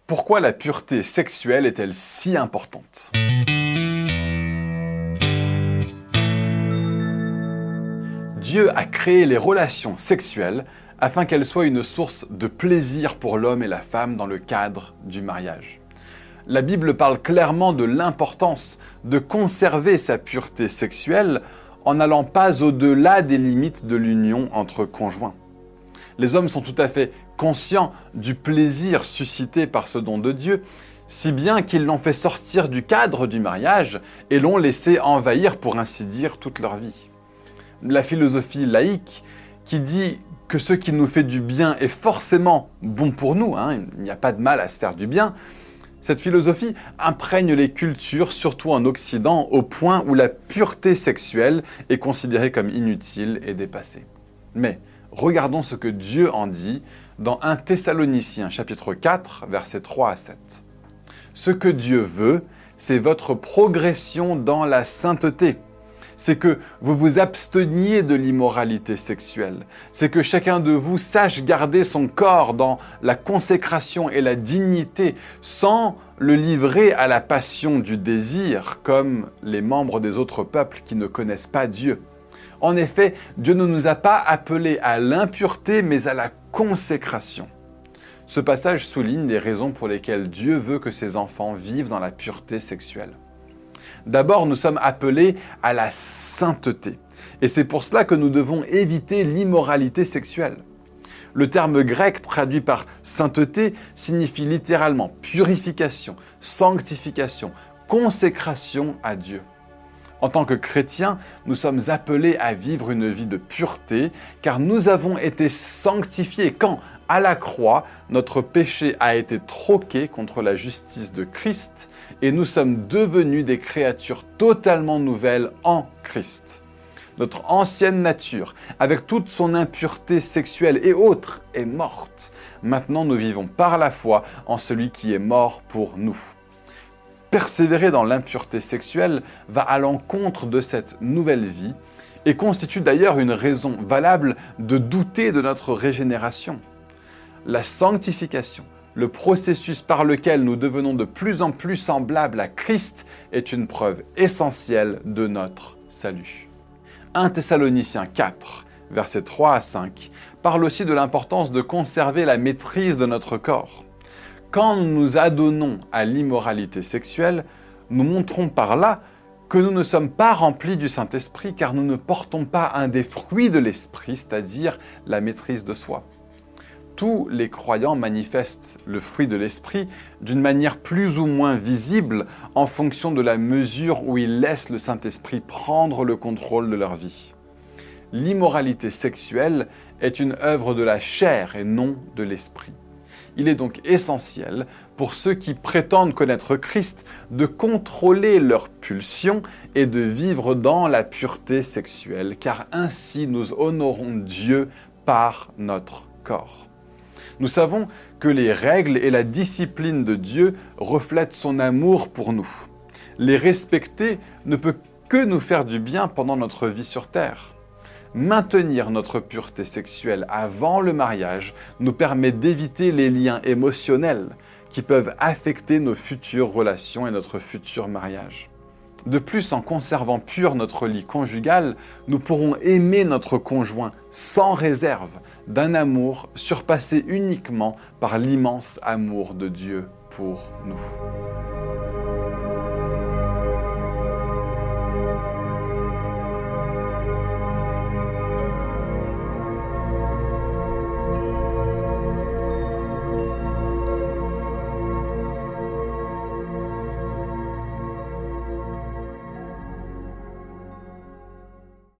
Pourquoi la pureté sexuelle est-elle si importante? Dieu a créé les relations sexuelles afin qu'elles soient une source de plaisir pour l'homme et la femme dans le cadre du mariage. La Bible parle clairement de l'importance de conserver sa pureté sexuelle en n'allant pas au-delà des limites de l'union entre conjoints. Les hommes sont tout à fait conscients du plaisir suscité par ce don de Dieu, si bien qu'ils l'ont fait sortir du cadre du mariage et l'ont laissé envahir, pour ainsi dire, toute leur vie. La philosophie laïque qui dit que ce qui nous fait du bien est forcément bon pour nous, il n'y a pas de mal à se faire du bien, cette philosophie imprègne les cultures, surtout en Occident, au point où la pureté sexuelle est considérée comme inutile et dépassée. Mais regardons ce que Dieu en dit dans 1 Thessaloniciens chapitre 4, versets 3 à 7. Ce que Dieu veut, c'est votre progression dans la sainteté. C'est que vous vous absteniez de l'immoralité sexuelle. C'est que chacun de vous sache garder son corps dans la consécration et la dignité sans le livrer à la passion du désir comme les membres des autres peuples qui ne connaissent pas Dieu. En effet, Dieu ne nous a pas appelés à l'impureté mais à la consécration. Ce passage souligne les raisons pour lesquelles Dieu veut que ses enfants vivent dans la pureté sexuelle. D'abord, nous sommes appelés à la sainteté. Et c'est pour cela que nous devons éviter l'immoralité sexuelle. Le terme grec traduit par sainteté signifie littéralement purification, sanctification, consécration à Dieu. En tant que chrétiens, nous sommes appelés à vivre une vie de pureté car nous avons été sanctifiés quand, à la croix, notre péché a été troqué contre la justice de Christ et nous sommes devenus des créatures totalement nouvelles en Christ. Notre ancienne nature, avec toute son impureté sexuelle et autres, est morte. Maintenant, nous vivons par la foi en celui qui est mort pour nous. Persévérer dans l'impureté sexuelle va à l'encontre de cette nouvelle vie et constitue d'ailleurs une raison valable de douter de notre régénération. La sanctification, le processus par lequel nous devenons de plus en plus semblables à Christ, est une preuve essentielle de notre salut. 1 Thessaloniciens 4, versets 3 à 5, parle aussi de l'importance de conserver la maîtrise de notre corps. Quand nous nous adonnons à l'immoralité sexuelle, nous montrons par là que nous ne sommes pas remplis du Saint-Esprit car nous ne portons pas un des fruits de l'Esprit, c'est-à-dire la maîtrise de soi. Tous les croyants manifestent le fruit de l'Esprit d'une manière plus ou moins visible en fonction de la mesure où ils laissent le Saint-Esprit prendre le contrôle de leur vie. L'immoralité sexuelle est une œuvre de la chair et non de l'Esprit. Il est donc essentiel pour ceux qui prétendent connaître Christ de contrôler leurs pulsions et de vivre dans la pureté sexuelle, car ainsi nous honorons Dieu par notre corps. Nous savons que les règles et la discipline de Dieu reflètent son amour pour nous. Les respecter ne peut que nous faire du bien pendant notre vie sur terre. Maintenir notre pureté sexuelle avant le mariage nous permet d'éviter les liens émotionnels qui peuvent affecter nos futures relations et notre futur mariage. De plus, en conservant pur notre lit conjugal, nous pourrons aimer notre conjoint sans réserve, d'un amour surpassé uniquement par l'immense amour de Dieu pour nous.